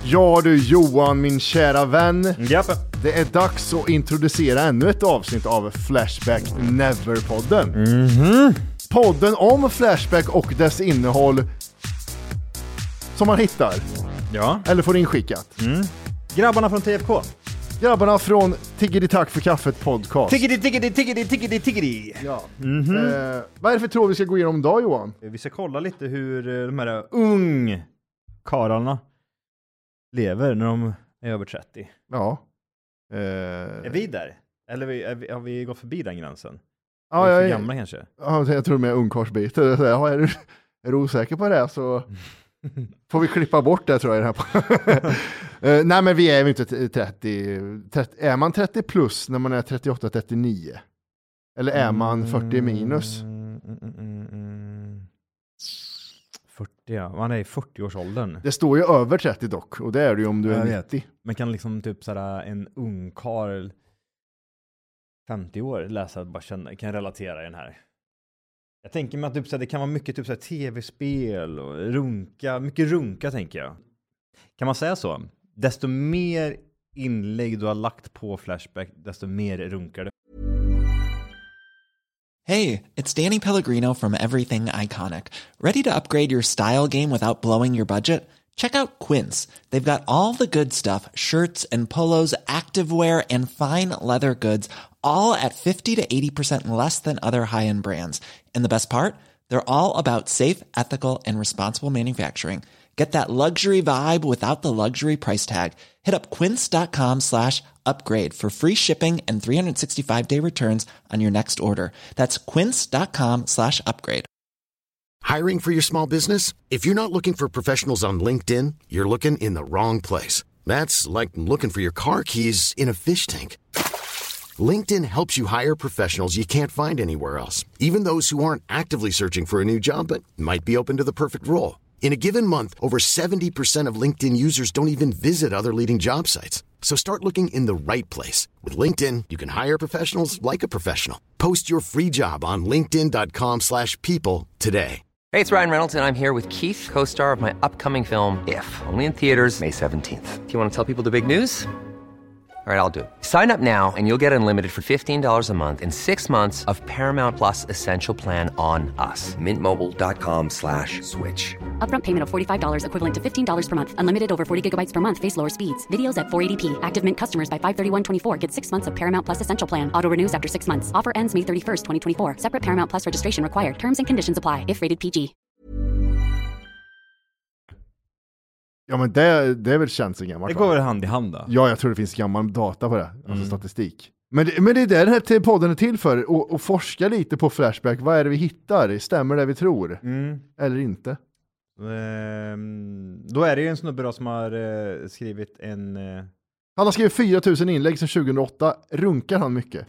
Ja du Johan, min kära vän. Japp. Det är dags att introducera ännu ett avsnitt av Flashback Never-podden. Podden om Flashback och dess innehåll som man hittar. Ja. Eller får inskickat. Grabbarna från TFK. Grabbarna från Tiggeri Tack för kaffet podcast. Tiggeri. Ja. Vad är det för tråd vi ska gå igenom idag, Johan? Vi ska kolla lite hur de här ungkarlarna lever när de är över 30. Ja. Är vi där? Eller har vi gått förbi den gränsen? Ja, är vi för gamla kanske? Ja, jag tror med ungkarsbiten. Ja, är du osäker på det så får vi klippa bort det, tror jag. Nej, men vi är ju inte 30. Är man 30 plus när man är 38-39? Eller är man 40 minus? 40, ja. Man är i 40-årsåldern. Det står ju över 30 dock. Och det är det ju om du är 90. Man kan liksom typ sådär en ungkarl 50 år läsa, bara känna, kan relatera i den här. Jag tänker mig att typ, så här, det kan vara mycket typ, så här, tv-spel och runka. Mycket runka, tänker jag. Kan man säga så? Desto mer inlägg du har lagt på Flashback, desto mer runkar du. Hey, it's Danny Pellegrino from Everything Iconic. Ready to upgrade your style game without blowing your budget? Check out Quince. They've got all the good stuff, shirts and polos, activewear, and fine leather goods, all at 50 to 80% less than other high-end brands. And the best part? They're all about safe, ethical, and responsible manufacturing. Get that luxury vibe without the luxury price tag. Hit up quince.com/upgrade for free shipping and 365-day returns on your next order. That's quince.com/upgrade. Hiring for your small business? If you're not looking for professionals on LinkedIn, you're looking in the wrong place. That's like looking for your car keys in a fish tank. LinkedIn helps you hire professionals you can't find anywhere else, even those who aren't actively searching for a new job but might be open to the perfect role. In a given month, over 70% of LinkedIn users don't even visit other leading job sites. So start looking in the right place. With LinkedIn, you can hire professionals like a professional. Post your free job on linkedin.com/people today. Hey, it's Ryan Reynolds, and I'm here with Keith, co-star of my upcoming film, If, only in theaters May 17th. Do you want to tell people the big news? All right, I'll do it. Sign up now and you'll get unlimited for $15 a month and 6 months of Paramount Plus Essential Plan on us. MintMobile.com/switch. Upfront payment of $45 equivalent to $15 per month. Unlimited over 40 gigabytes per month. Face lower speeds. Videos at 480p. Active Mint customers by 531.24 get 6 months of Paramount Plus Essential Plan. Auto renews after 6 months. Offer ends May 31st, 2024. Separate Paramount Plus registration required. Terms and conditions apply if rated PG. Ja, men det är väl känns gammalt. Det går väl hand i hand då? Ja, jag tror det finns gammal data på det. Alltså statistik. Men det är det den här podden är till för. Och forska lite på Flashback. Vad är det vi hittar? Stämmer det vi tror? Eller inte? Då är det ju en snubbe då som har skrivit en... Han har skrivit 4000 inlägg sedan 2008. Runkar han mycket?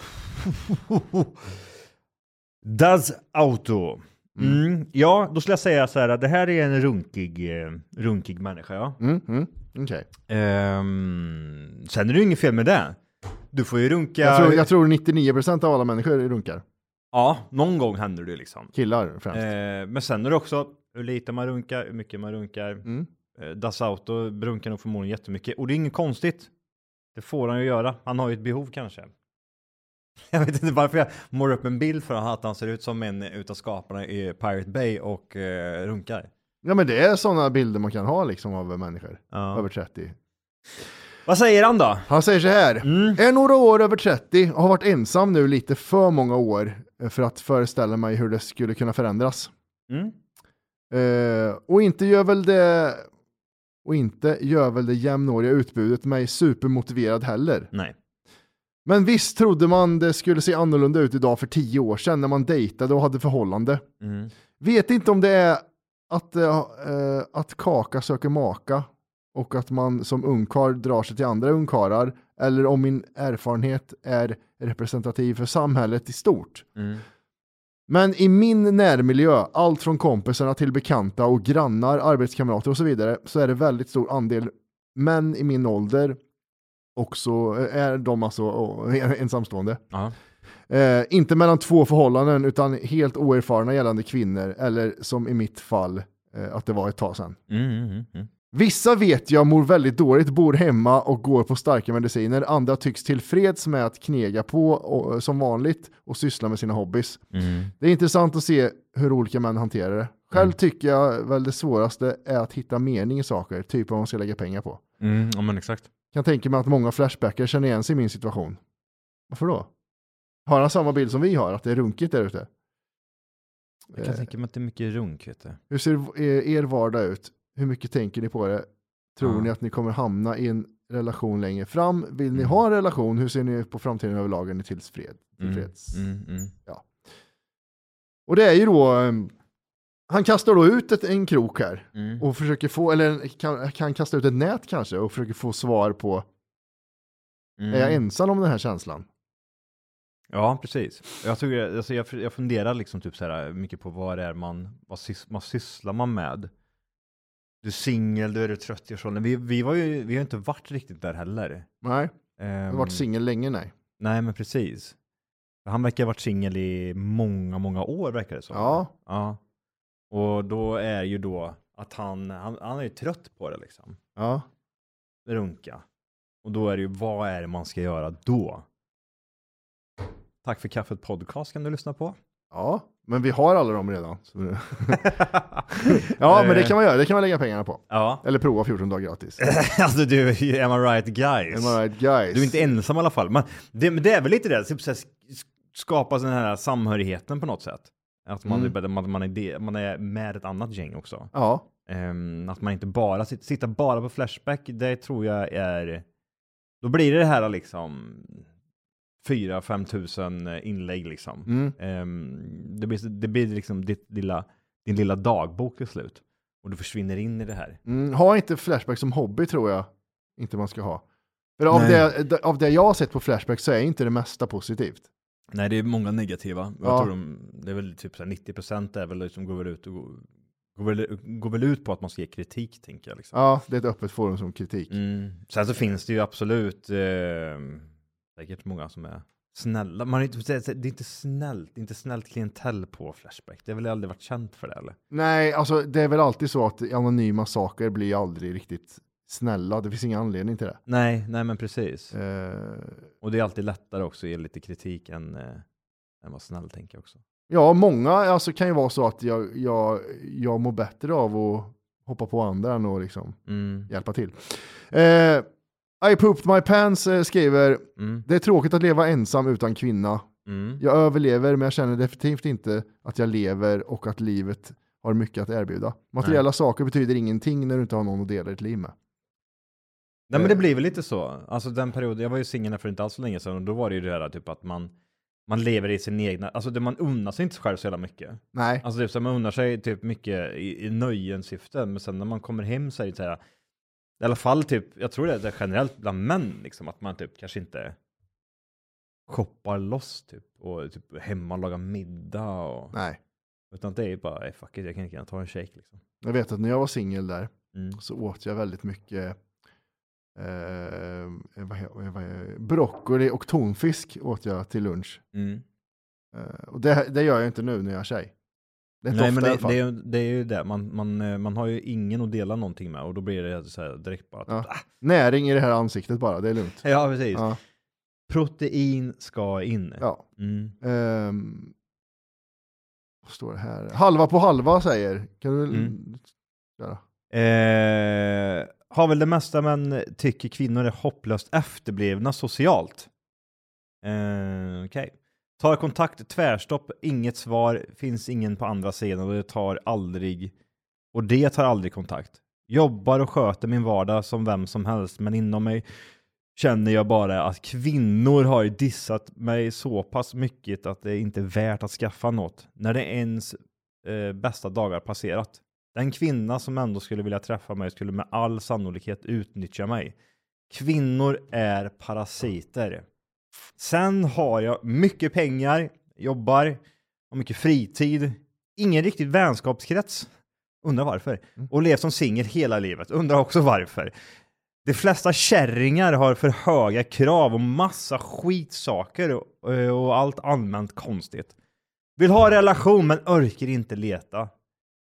Das Auto. Ja, då skulle jag säga så här att det här är en runkig människa, ja. Okej. Sen är det ju inget fel med det. Du får ju runka... Jag tror 99% av alla människor runkar. Ja, någon gång händer det liksom. Killar främst. Men sen är det också hur lite man runkar, hur mycket man runkar. Das Auto runkar nog förmodligen jättemycket. Och det är inget konstigt. Det får han ju göra. Han har ju ett behov kanske. Jag vet inte varför jag målar upp en bild för att han ser ut som en utav skaparna i Pirate Bay och runkar. Ja, men det är sådana bilder man kan ha liksom av människor över 30. Vad säger han då? Han säger så här. Är några år över 30 och har varit ensam nu lite för många år för att föreställa mig hur det skulle kunna förändras. Och inte gör väl det jämnåriga utbudet mig supermotiverad heller. Nej. Men visst trodde man det skulle se annorlunda ut idag för 10 år sedan när man dejtade och hade förhållande. Vet inte om det är att kaka söker maka och att man som ungkarl drar sig till andra ungkarlar, eller om min erfarenhet är representativ för samhället i stort. Men i min närmiljö, allt från kompisarna till bekanta och grannar, arbetskamrater och så vidare, så är det väldigt stor andel män i min ålder också, är de alltså ensamstående. Inte mellan 2 förhållanden utan helt oerfarna gällande kvinnor, eller som i mitt fall att det var ett tag sedan. Vissa vet jag mår väldigt dåligt, bor hemma och går på starka mediciner. Andra tycks tillfreds med att knega på som vanligt och syssla med sina hobbys. Det är intressant att se hur olika män hanterar det. Själv tycker jag väl det svåraste är att hitta mening i saker, typ vad man ska lägga pengar på. Ja, men exakt. Kan tänka mig att många flashbackar känner igen sig i min situation. Varför då? Har han samma bild som vi har, att det är runkigt där ute? Jag kan tänka mig att det är mycket runk, vet du. Hur ser er vardag ut? Hur mycket tänker ni på det? Tror ni att ni kommer hamna i en relation längre fram? Vill ni ha en relation? Hur ser ni på framtiden överlag? Är ni tillfreds? Ja. Och det är ju då... Han kastar då ut en krok här. Och försöker få... Eller kan kasta ut ett nät kanske. Och försöker få svar på... Är jag ensam om den här känslan? Ja, precis. Jag funderar liksom typ så här mycket på vad det är vad sysslar man med. Du är singel, du är trött i årsåldern. Vi har inte varit riktigt där heller. Nej, du har varit singel länge, nej. Nej, men precis. Han verkar ha varit singel i många, många år, verkar det så. Ja. Och då är ju då att han är ju trött på det liksom. Ja. Runka. Och då är det ju, vad är det man ska göra då? Tack för kaffet podcast kan du lyssna på. Ja, men vi har alla dem redan. Ja, men det kan man göra. Det kan man lägga pengarna på. Ja. Eller prova 14 dagar gratis. Alltså du, am I right guys? Am I right guys? Du är inte ensam i alla fall. Men det är väl lite det. Typ så här, skapa den här samhörigheten på något sätt. Att man är med ett annat gäng också. Ja. Att man inte bara sitter bara på Flashback. Det tror jag är... Då blir det här liksom... 4-5 tusen inlägg liksom. Det blir liksom din lilla dagbok till slut. Och du försvinner in i det här. Ha inte Flashback som hobby, tror jag inte man ska ha. För av det jag har sett på Flashback så är inte det mesta positivt. Nej, det är många negativa. Ja. Jag tror det är väl typ så här 90% är väl liksom går väl ut på att man ska ge kritik, tänker jag liksom. Ja, det är ett öppet forum som kritik. Sen så finns det ju absolut säkert många som är snälla. Det är inte snällt klientell på Flashback. Det har väl aldrig varit känt för det, eller? Nej, alltså det är väl alltid så att anonyma saker blir aldrig riktigt snälla. Det finns ingen anledning till det. Nej men precis. Och det är alltid lättare också att ge lite kritik än vara snäll, tänker jag också. Ja, många alltså, kan ju vara så att jag mår bättre av att hoppa på andra än att liksom hjälpa till. I pooped my pants skriver det är tråkigt att leva ensam utan kvinna. Jag överlever, men jag känner definitivt inte att jag lever och att livet har mycket att erbjuda. Materiella saker betyder ingenting när du inte har någon att dela ditt liv med. Nej, men det blir väl lite så. Alltså den perioden, jag var ju singel för inte alls så länge sedan, och då var det ju det här typ att man lever i sin egna, alltså man unnar sig inte själv så jävla mycket. Nej. Alltså typ så man unnar sig typ mycket i nöjens syfte, men sen när man kommer hem så är det så här, i alla fall typ, jag tror det är generellt bland män liksom, att man typ kanske inte shoppar loss typ, och typ hemma lagar middag och... Nej. Utan det är bara, fuck it, jag kan inte gärna ta en shake liksom. Jag vet att när jag var singel där så åt jag väldigt mycket broccoli och tonfisk åt jag till lunch. Och det gör jag inte nu när jag är tjej. Nej, men det är ju det. Man har ju ingen att dela någonting med, och då blir det så här direkt bara... Ja. Näring i det här ansiktet bara, det är lugnt. Ja, precis. Ja. Protein ska in. Ja. Vad står det här? Halva på halva säger. Kan du göra? Har väl det mesta, men tycker kvinnor är hopplöst efterblivna socialt. Okej. Tar kontakt, tvärstopp, inget svar, finns ingen på andra sidan, och det tar aldrig kontakt. Jobbar och sköter min vardag som vem som helst, men inom mig känner jag bara att kvinnor har dissat mig så pass mycket att det inte är värt att skaffa något när det ens bästa dagar passerat. Den kvinna som ändå skulle vilja träffa mig skulle med all sannolikhet utnyttja mig. Kvinnor är parasiter. Sen har jag mycket pengar, jobbar och mycket fritid. Ingen riktigt vänskapskrets. Undrar varför. Och lever som singel hela livet. Undrar också varför. De flesta kärringar har för höga krav och massa skitsaker och allt allmänt konstigt. Vill ha relation men orkar inte leta.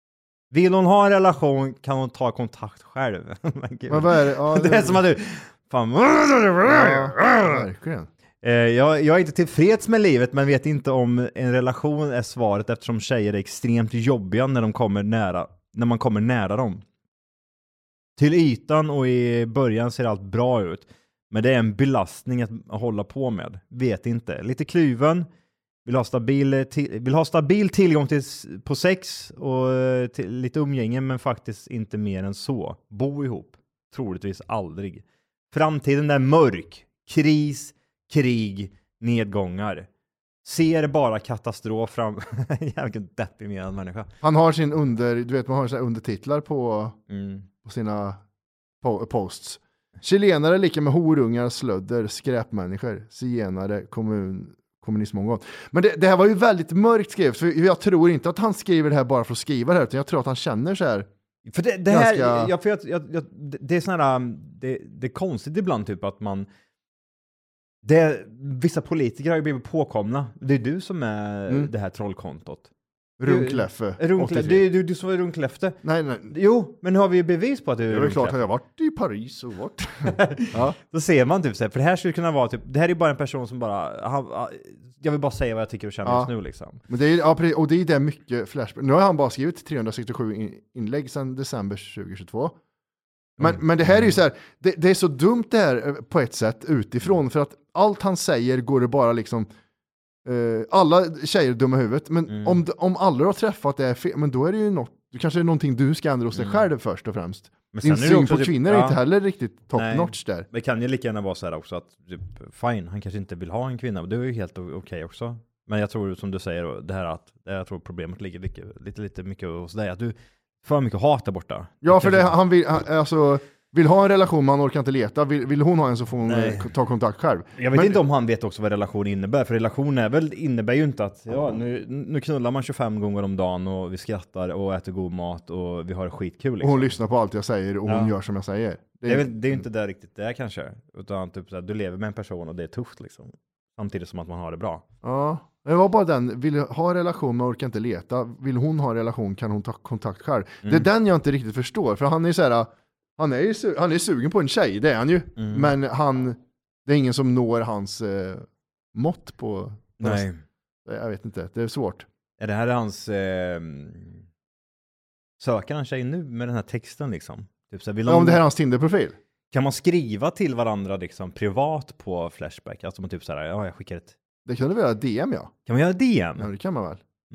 Vill hon ha en relation kan hon ta kontakt själv. Men vad är det? Ja, Det är som att du... Fan. Verkligen. Jag är inte tillfreds med livet, men vet inte om en relation är svaret, eftersom tjejer är extremt jobbiga när man kommer nära dem. Till ytan och i början ser allt bra ut, men det är en belastning att hålla på med. Vet inte. Lite kluven. Vill ha stabil tillgång på sex och lite umgänge, men faktiskt inte mer än så. Bo ihop. Troligtvis aldrig. Framtiden är mörk. Kris, krig, nedgångar. Ser bara katastrof fram. Jävligt deprimerad människa. Han har sin man har sina undertitlar på sina posts. Chilenare lika med horungar, slödder, skräpmänniskor, zigenare, kommunismmongon. Men det här var ju väldigt mörkt skrivet, för jag tror inte att han skriver det här bara för att skriva det här, utan jag tror att han känner så här. För det här, det är sån här, det är konstigt ibland typ att man, vissa politiker har ju blivit påkomna. Det är du som är det här trollkontot. Runkleffe. Du som är Runkleffe. Nej. Jo, men nu har vi ju bevis på att du är Runkleffe. Det är klart att jag har varit i Paris och varit. Ja. Då ser man typ så här, för det här skulle kunna vara typ, det här är bara en person som bara, jag vill bara säga vad jag tycker och känner just nu liksom. Men det är, och det är det mycket flashback. Nu har han bara skrivit 367 inlägg sedan december 2022. Men det här är ju så här, det är så dumt det här på ett sätt utifrån, för att allt han säger går det bara liksom alla tjejer är dumma i huvudet, men om alla har träffat det är fel, men då är det ju något, det kanske är någonting du ska ändra hos dig själv först och främst. Men din syn på kvinnor är inte heller riktigt top notch där. Det kan ju lika gärna vara så här också att typ, fine, han kanske inte vill ha en kvinna, och det är ju helt okej också. Men jag tror som du säger det här att jag tror problemet ligger lite mycket hos dig, att du för mycket hat där borta. Ja, för det, han vill ha en relation, man orkar inte leta. Vill hon ha en så får hon ta kontakt själv. Jag vet inte om han vet också vad relation innebär. För relation innebär ju inte att nu knullar man 25 gånger om dagen och vi skrattar och äter god mat och vi har skitkul. Liksom. Och hon lyssnar på allt jag säger och hon gör som jag säger. Det är ju inte där riktigt det kanske. Utan typ så här, du lever med en person och det är tufft liksom. Samtidigt som att man har det bra. Ja, det var bara den. Vill ha relation men orkar inte leta. Vill hon ha relation kan hon ta kontakt själv. Det är den jag inte riktigt förstår. För han är så här... Han är sugen på en tjej, det är han ju. Men det är ingen som når hans mått på... Nej. Jag vet inte, det är svårt. Är det här hans... söker han tjej nu med den här texten liksom? Typ så här, om det här är hans Tinder-profil. Kan man skriva till varandra liksom privat på Flashback? Alltså man typ så här, jag skickar ett... Det kan du väl göra DM, ja. Kan man göra DM? Ja, det kan man väl.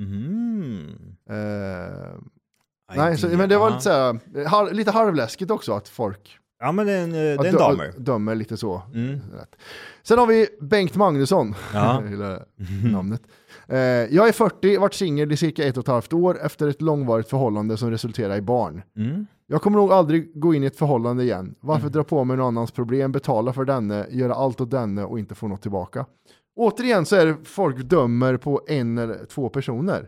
Nej, men det var lite så här, lite halvläskigt också att folk... Ja, men det är en damer. Dömer lite så. Sen har vi Bengt Magnusson. Ja. Namnet. Jag är 40, varit singel i cirka 1,5 år efter ett långvarigt förhållande som resulterar i barn. Jag kommer nog aldrig gå in i ett förhållande igen. Varför dra på mig någon annans problem, betala för denne, göra allt åt denne och inte få något tillbaka? Återigen så är det folk dömer på 1 eller 2 personer.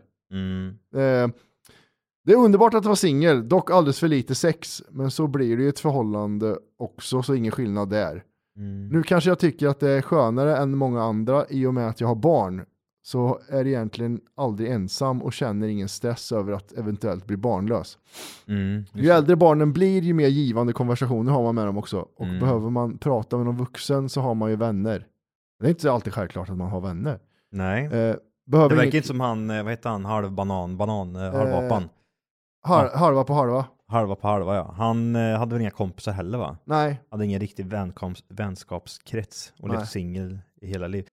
Det är underbart att vara singel, dock alldeles för lite sex, men så blir det ju ett förhållande också, så ingen skillnad där. Nu kanske jag tycker att det är skönare än många andra i och med att jag har barn, så är det egentligen aldrig ensam och känner ingen stress över att eventuellt bli barnlös. Ju äldre barnen blir, ju mer givande konversationer har man med dem också, och behöver man prata med någon vuxen så har man ju vänner. Det är inte alltid självklart att man har vänner. Nej. Det verkar inte som han, vad heter han, halvapan. Halva på halva. Halva på halva, ja. Han hade väl inga kompisar heller, va? Nej. Hade ingen riktig vänskapskrets och levde singel i hela livet.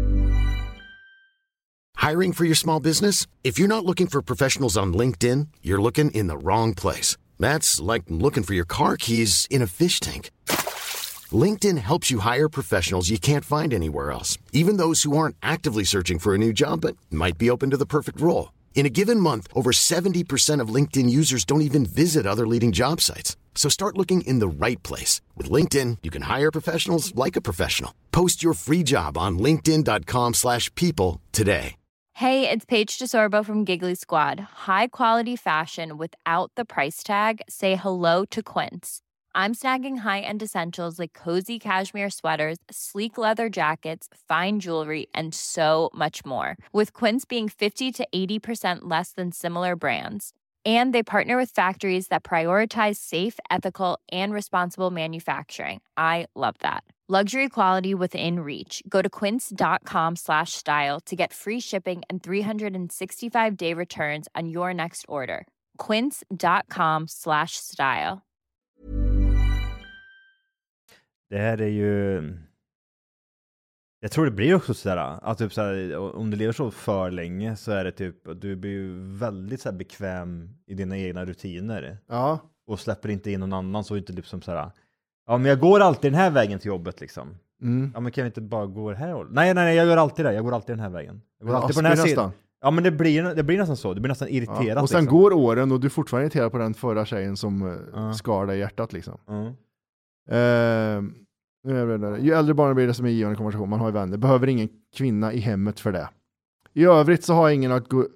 Hiring for your small business? If you're not looking for professionals on LinkedIn, you're looking in the wrong place. That's like looking for your car keys in a fish tank. LinkedIn helps you hire professionals you can't find anywhere else, even those who aren't actively searching for a new job but might be open to the perfect role. In a given month, over 70% of LinkedIn users don't even visit other leading job sites. So start looking in the right place. With LinkedIn, you can hire professionals like a professional. Post your free job on linkedin.com/people today. Hey, it's Paige DeSorbo from Giggly Squad. High quality fashion without the price tag. Say hello to Quince. I'm snagging high-end essentials like cozy cashmere sweaters, sleek leather jackets, fine jewelry, and so much more. With Quince being 50 to 80% less than similar brands. And they partner with factories that prioritize safe, ethical, and responsible manufacturing. I love that. Luxury quality within reach. Go to quince.com/style to get free shipping and 365-day returns on your next order. Quince.com/style. Det här är ju... Jag tror det blir också sådär att typ såhär, om du lever så för länge så är det typ att du blir ju väldigt så här bekväm i dina egna rutiner. Ja. Och släpper inte in någon annan, så inte liksom såhär, ja men jag går alltid den här vägen till jobbet liksom. Ja men kan vi inte bara gå det här? Nej, jag gör alltid det. Jag går alltid den här vägen. Jag går alltid på den här sidan. Ja men det blir nästan så. Det blir nästan irriterat. Ja. Och sen liksom. går åren och du är fortfarande irriterad på den förra tjejen som skar dig i hjärtat liksom. Ju äldre barnen blir det som är givande konversation. Man har ju vänner. Behöver ingen kvinna i hemmet för det. I övrigt så har jag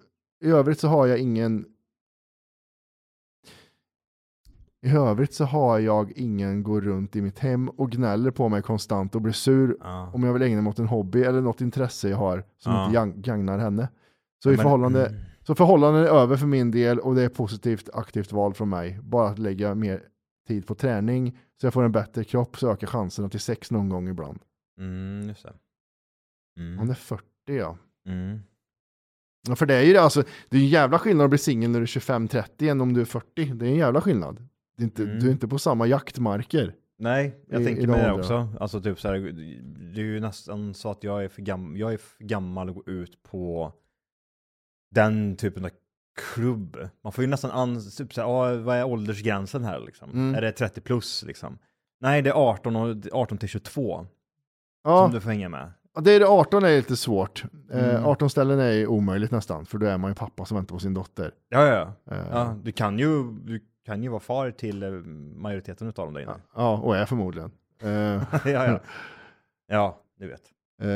ingen går runt i mitt hem och gnäller på mig konstant och blir sur om jag vill ägna mig åt en hobby eller något intresse jag har som inte gagnar henne. Så förhållanden är över för min del och det är positivt aktivt val från mig. Bara att lägga mer tid på träning så jag får en bättre kropp, så ökar chanserna till sex någon gång ibland. Just det. Han är 40, ja. Ja, för det är ju det, alltså, det är en jävla skillnad att bli singel när du är 25-30 än om du är 40. Det är en jävla skillnad. Det är inte, du är inte på samma jaktmarker. Nej, jag tänker med det också. Alltså typ så här, det är ju nästan så att jag är för gammal att gå ut på den typen av klubb. Man får ju nästan typ så här, vad är åldersgränsen här liksom? Är det 30 plus liksom? Nej, det är 18 till 22 som du får hänga med. Ja, det är det, 18 är lite svårt. 18 ställen är omöjligt nästan, för då är man ju pappa som väntar på sin dotter. Ja, du kan ju vara far till majoriteten utav dem där inne. Ja, och är förmodligen. Ja, du vet.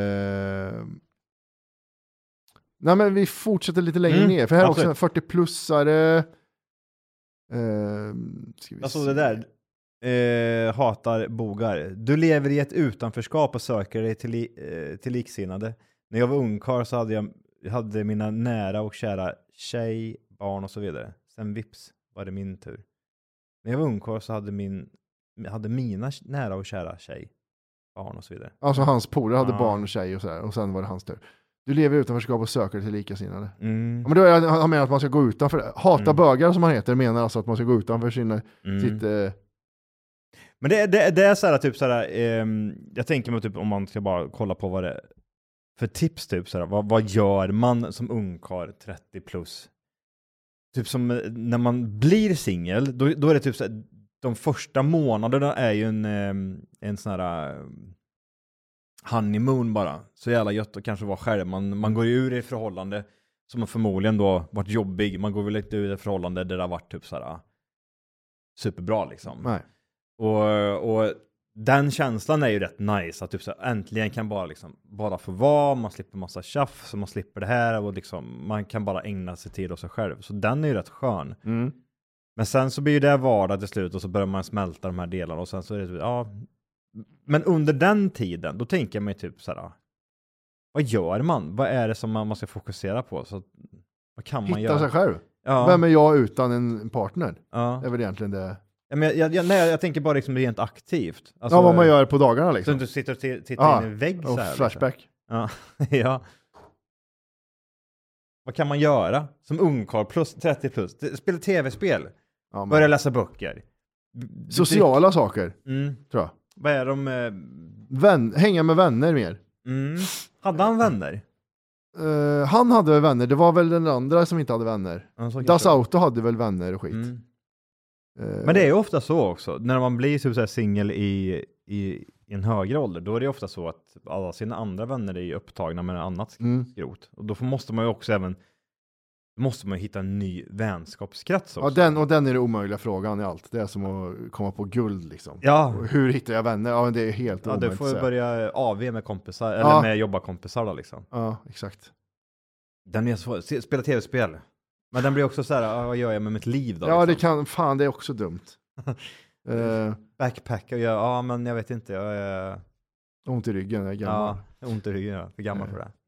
Nej, men vi fortsätter lite längre ner, för här är också en 40-plussare. Alltså det där. Hatar bogar. Du lever i ett utanförskap och söker dig till liksinnade. När jag var ungkarl så hade mina nära och kära tjej, barn och så vidare. Sen vips var det min tur. När jag var ungkarl så hade mina nära och kära tjej, barn och så vidare. Alltså hans polare hade barn och tjej och så där, och sen var det hans tur. Du lever i utanförskap och söker dig till likasinnade. Ja, men då han menar att man ska gå utanför. Hata bögar som han heter menar alltså att man ska gå utanför sitt... Men det är så här typ så här, jag tänker mig typ om man ska bara kolla på vad det är för tips typ så här, vad gör man som ungkarl 30 plus? Typ som när man blir singel, då är det typ så här, de första månaderna är ju en sån här honeymoon bara. Så jävla gött att kanske vara själv. Man går ju ur i förhållande som har förmodligen då varit jobbig. Man går väl inte ur i förhållande där det har varit typ så här superbra liksom. Nej. Och den känslan är ju rätt nice att typ så här, äntligen kan bara få vara, man slipper massa tjaff, så man slipper det här och liksom man kan bara ägna sig tid åt sig själv. Så den är ju rätt skön. Men sen så blir det vardag till slut och så börjar man smälta de här delarna och sen så är det typ, men under den tiden då tänker jag mig typ så här, vad gör man? Vad är det som man ska fokusera på? Så vad kan man göra? Hitta sig själv. Ja. Vem är jag utan en partner? Ja. Det är väl egentligen det. Ja, men jag tänker bara liksom rent aktivt. Alltså, vad man gör på dagarna liksom. Så du sitter och tittar in i en vägg så här. Flashback. Liksom. Ja. Vad kan man göra som ungkarl plus 30 plus? Spela tv-spel. Ja, börja läsa böcker. Sociala saker, tror jag. Vad är de? Hänga med vänner mer. Hade han vänner? Han hade vänner. Det var väl den andra som inte hade vänner. Das Auto hade väl vänner och skit. Men det är ju ofta så också. När man blir typ så här singel i en högre ålder, då är det ofta så att alla sina andra vänner är upptagna med annat skrot. Och då måste man ju också hitta en ny vänskapskrets också. Ja, den är det omöjliga frågan i allt. Det är som att komma på guld liksom. Ja. Och hur hittar jag vänner? Ja, det är helt omöjligt. Du får ju börja AV med kompisar, eller med jobbarkompisar då liksom. Ja, exakt. Den är så, spela tv-spel. Men den blir också så här, vad gör jag med mitt liv då? Ja, liksom? det är också dumt. Backpacka och men jag vet inte, jag är... Ont i ryggen, jag är gammal. Ja, ont i ryggen, för gammal för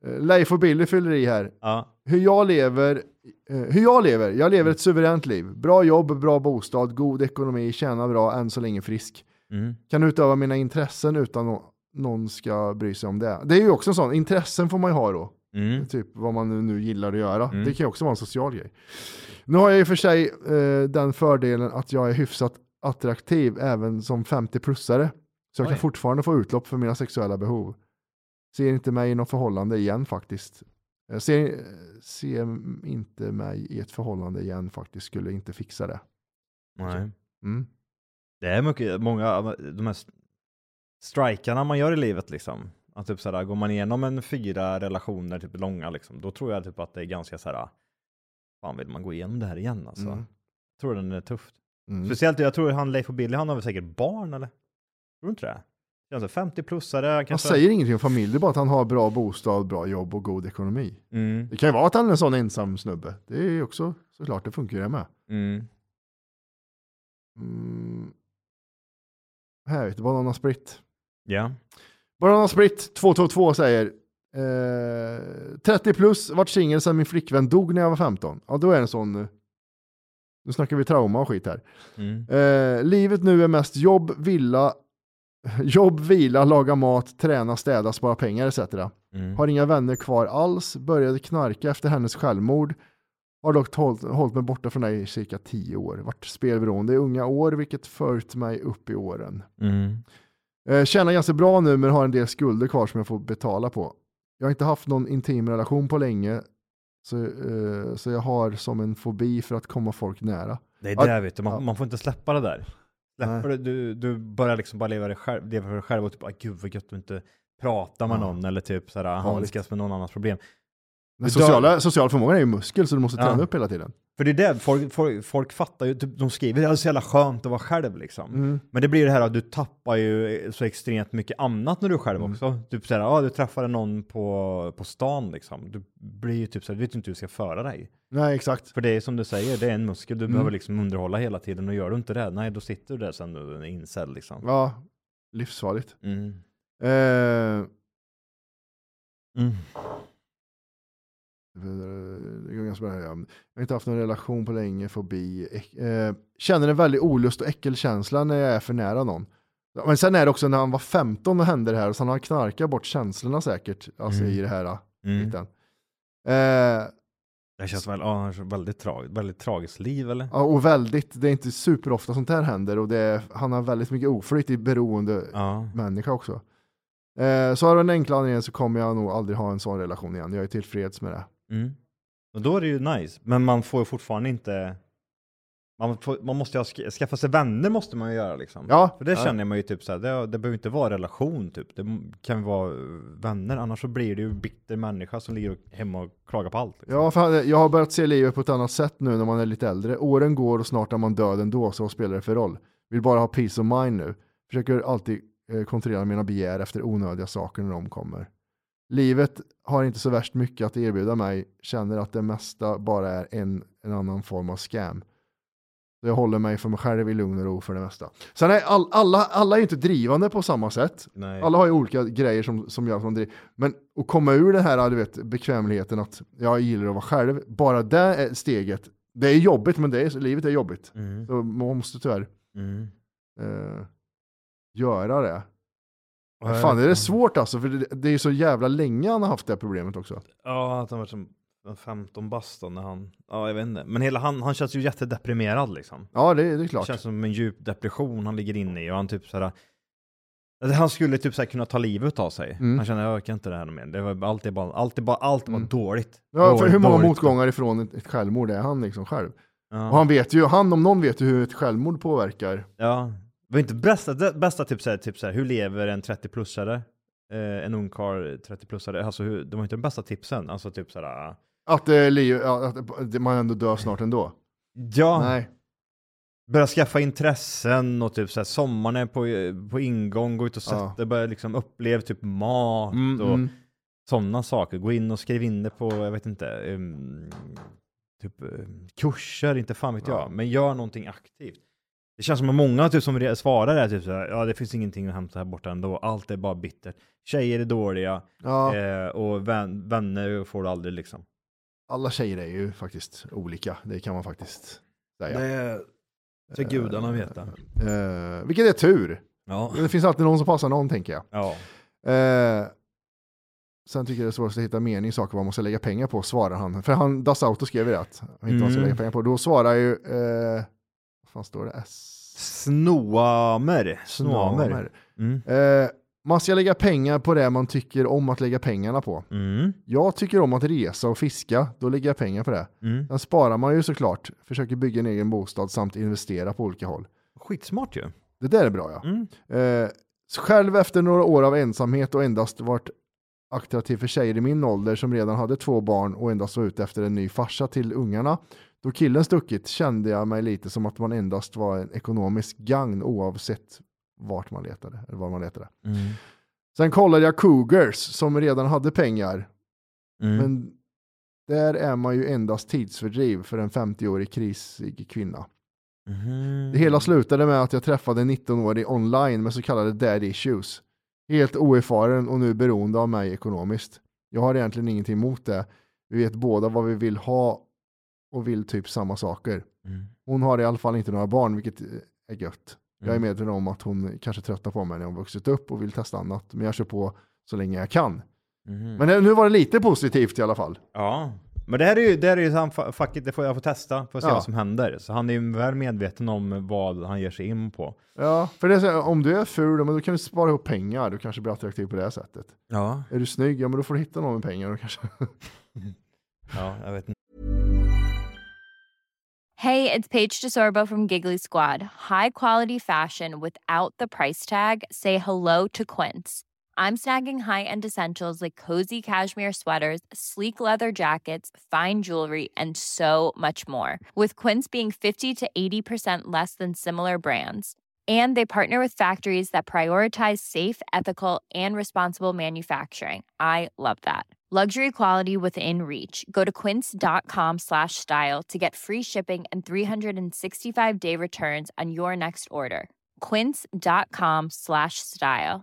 Leif och Billy fyller i här. Hur jag lever. Jag lever ett suveränt liv. Bra jobb, bra bostad, god ekonomi, tjänar bra, än så länge frisk. Kan utöva mina intressen utan någon ska bry sig om det. Det är ju också en sån. Intressen får man ju ha då. Typ vad man nu gillar att göra. Det kan ju också vara en social grej. Nu har jag ju för sig den fördelen att jag är hyfsat attraktiv även som 50-plussare. Så jag kan fortfarande få utlopp för mina sexuella behov. Ser inte mig i något förhållande igen faktiskt. Ser inte mig i ett förhållande igen faktiskt. Skulle inte fixa det. Nej. Det är många de här strikarna man gör i livet liksom. Att typ såhär, går man igenom 4 relationer typ långa liksom, då tror jag typ att det är ganska såhär, fan vill man gå igenom det här igen alltså. Jag tror den är tufft. Speciellt, jag tror han Leif och Billy, han har väl säkert barn eller? Tror du inte det? Alltså 50-plussare. Han säger ingenting om familj, det är bara att han har bra bostad, bra jobb och god ekonomi. Det kan ju vara att han är en sån ensam snubbe. Det är ju också såklart, det funkar ju med. Här vet du, Banana Sprit. Ja. Banana Sprit 222 säger 30 plus, vart singel sedan min flickvän dog när jag var 15. Ja, då är det en sån. Nu snackar vi trauma och skit här. Livet nu är mest jobb, vila, laga mat, träna, städa, spara pengar etc. Har inga vänner kvar alls. Började knarka efter hennes självmord. Har dock hållit mig borta från dig i cirka 10 år. Vart spelberoende i unga år, vilket följt mig upp i åren. Tjänar ganska bra nu, men har en del skulder kvar som jag får betala på. Jag har inte haft någon intim relation på länge. Så jag har som en fobi för att komma folk nära. Det är det, vet du. Man får inte släppa det där. Släpper det, du börjar liksom bara leva för dig själv och typ, gud vad gött du inte pratar med någon eller typ såhär, handskas med någon annans problem. Social förmåga är ju muskel, så du måste träna upp hela tiden. För det är det, folk fattar ju, typ, de skriver det är så jävla skönt att vara själv liksom. Men det blir det här att du tappar ju så extremt mycket annat när du är själv också. Typ såhär, du träffade någon på stan liksom. Du blir ju typ såhär, du vet inte hur du ska föra dig. Nej, exakt. För det är som du säger, det är en muskel, du behöver liksom underhålla hela tiden, och gör du inte det, nej då sitter du där sen du är incel liksom. Ja, livsfarligt. Jag har inte haft någon relation på länge, fobi. Känner en väldigt olust och äckelkänsla när jag är för nära någon. Men sen är det också när han var 15 och hände det här, och sen har han knarkat bort känslorna säkert, alltså i det här biten. Det känns väldigt tragiskt liv, eller? Ja, och det är inte superofta sånt här händer, och han har väldigt mycket oflyt i beroende människa också. Så av den enkla anledningen så kommer jag nog aldrig ha en sån relation igen. Jag är tillfreds med det. Och då är det ju nice. Men man får ju fortfarande inte... Man måste ju skaffa sig vänner, måste man ju göra liksom. Ja. För det känner man ju typ såhär, det behöver inte vara relation typ. Det kan vara vänner, annars så blir det ju bitter människa som ligger hemma och klagar på allt. Liksom. Ja, jag har börjat se livet på ett annat sätt nu när man är lite äldre. Åren går och snart är man död ändå, så vad spelar det för roll? Vill bara ha peace of mind nu. Försöker alltid kontrollera mina begär efter onödiga saker när de kommer. Livet har inte så värst mycket att erbjuda mig. Känner att det mesta bara är en annan form av scam. Så jag håller mig för mig själv i lugn och ro för det mesta. Sen är alla är inte drivande på samma sätt. Nej. Alla har ju olika grejer som gör att man driver. Men att komma ur den här bekvämligheten att jag gillar att vara själv. Bara det är steget. Det är jobbigt, men livet är jobbigt. Så man måste tyvärr göra det. Fan, det är svårt alltså, för det är så jävla länge han har haft det här problemet också. Ja, att han var som 15 baston när han... Ja, jag vet inte. Men hela han känns ju jättedeprimerad liksom. Ja, det är klart. Det känns som en djup depression han ligger inne i, och han typ såhär... Han skulle typ såhär kunna ta livet av sig. Han känner, jag orkar inte det här mer. Det var allt var dåligt. Ja, för hur många motgångar ifrån ett självmord är han liksom själv? Ja. Och han om någon vet ju hur ett självmord påverkar. Ja. Det var inte bästa typ såhär, hur lever en 30-plussare? En ungkarl 30-plussare. Alltså det var inte den bästa tipsen. Alltså typ såhär... Att man ändå dör snart ändå. Ja. Nej. Börja skaffa intressen och typ såhär, sommaren är på ingång, gå ut och sätta, börja liksom uppleva typ mat och sådana saker. Gå in och skriv in det på, jag vet inte, typ kurser, inte fan vet jag. Men gör någonting aktivt. Det känns som att många typ, som svarar är typ så här, ja det finns ingenting att hämta här borta ändå. Allt är bara bittert. Tjejer är dåliga och vänner får du aldrig liksom. Alla tjejer är ju faktiskt olika. Det kan man faktiskt säga. Det ska gudarna veta. Vilket är tur. Ja. Det finns alltid någon som passar någon, tänker jag. Ja. Sen tycker jag det är svårt att hitta mening i saker vad man ska lägga pengar på, svarar han. För Das Auto skrev ju att han inte vad ska lägga pengar på. Då svarar ju vad fan står det? Snoamer. Man ska lägga pengar på det man tycker om att lägga pengarna på. Jag tycker om att resa och fiska. Då lägger jag pengar på det. Sen sparar man ju såklart. Försöker bygga en egen bostad samt investera på olika håll. Skitsmart ju. Det där är bra, ja. Själv efter några år av ensamhet och endast varit attraktiv för tjejer i min ålder som redan hade 2 barn och endast var ute efter en ny farsa till ungarna. Då killen stuckit kände jag mig lite som att man endast var en ekonomisk gagn oavsett vart man letade eller var man letade. Sen kollade jag Cougars som redan hade pengar. Men där är man ju endast tidsfördriv för en 50-årig krisig kvinna. Det hela slutade med att jag träffade en 19-årig online med så kallade dad issues. Helt oerfaren och nu beroende av mig ekonomiskt. Jag har egentligen ingenting emot det. Vi vet båda vad vi vill ha och vill typ samma saker. Hon har i alla fall inte några barn, vilket är gött. Jag är medveten om att hon kanske tröttnar på mig när hon vuxit upp och vill testa annat. Men jag kör på så länge jag kan. Men nu var det lite positivt i alla fall. Ja, men det är ju han, fuck it, det får jag få testa för att se vad som händer. Så han är ju väl medveten om vad han ger sig in på. Ja, för det är så, om du är ful, men då kan du spara ihop pengar. Du kanske blir attraktiv på det sättet. Ja. Är du snygg, ja men då får du hitta någon med pengar. Och kanske... Ja, jag vet inte. Hey, it's Paige DeSorbo from Giggly Squad. High quality fashion without the price tag. Say hello to Quince. I'm snagging high-end essentials like cozy cashmere sweaters, sleek leather jackets, fine jewelry, and so much more. With Quince being 50 to 80% less than similar brands. And they partner with factories that prioritize safe, ethical, and responsible manufacturing. I love that. Luxury quality within reach. Go to quince.com/style to get free shipping and 365-day returns on your next order. Quince.com/style.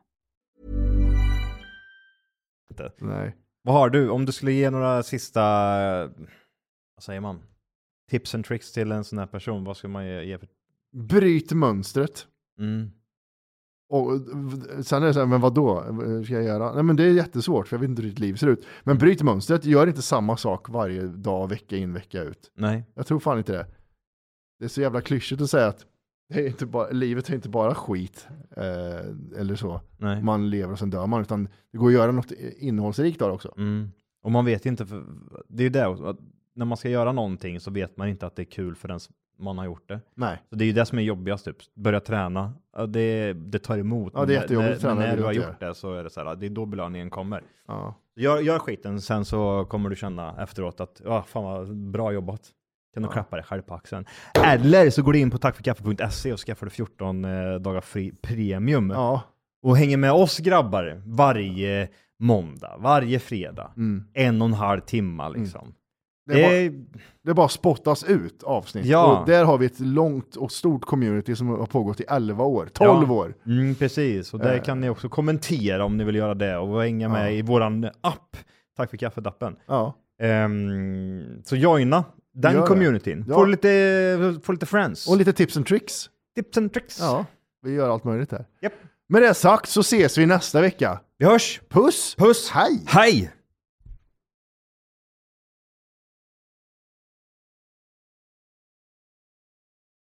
Nej. Vad har du? Om du skulle ge några sista, vad säger man? Tips and tricks till en sån här person, vad ska man ge för? Bryt mönstret. Och sen är det så här, men vad då ska jag göra? Nej, men det är jättesvårt för jag vet inte hur ditt liv ser ut. Men bryt mönstret, gör inte samma sak varje dag, vecka in, vecka ut. Nej. Jag tror fan inte det. Det är så jävla klyschigt att säga att det är inte bara, livet är inte bara skit eller så. Nej. Man lever och sen dör man, utan det går att göra något innehållsrikt där också. Och man vet inte, för det är ju det att när man ska göra någonting så vet man inte att det är kul förrän man har gjort det. Nej. Så det är ju det som är jobbigast typ. Börja träna. Det tar emot. Ja, det är jättejobbigt att träna. När du har gjort det så är det så här, det är då belöningen kommer. Ja. Gör skiten, sen så kommer du känna efteråt att fan vad bra jobbat. Kan du klappa dig själv på axeln. Eller så går du in på tackforkaffe.se och skaffar du 14 dagar fri premium. Ja. Och hänger med oss grabbar varje måndag, varje fredag. 1,5 timme liksom. Det bara spottas ut avsnitt. Ja. Och där har vi ett långt och stort community som har pågått i 11 år, 12 år. Precis, och där kan ni också kommentera om ni vill göra det och hänga med i våran app. Tack för kaffedappen. Ja. Så joina den communityn. Ja. Få lite friends. Och lite tips and tricks. Tips and tricks. Ja, vi gör allt möjligt här. Yep. Med det sagt så ses vi nästa vecka. Vi hörs. Puss. Puss. Hej. Hej.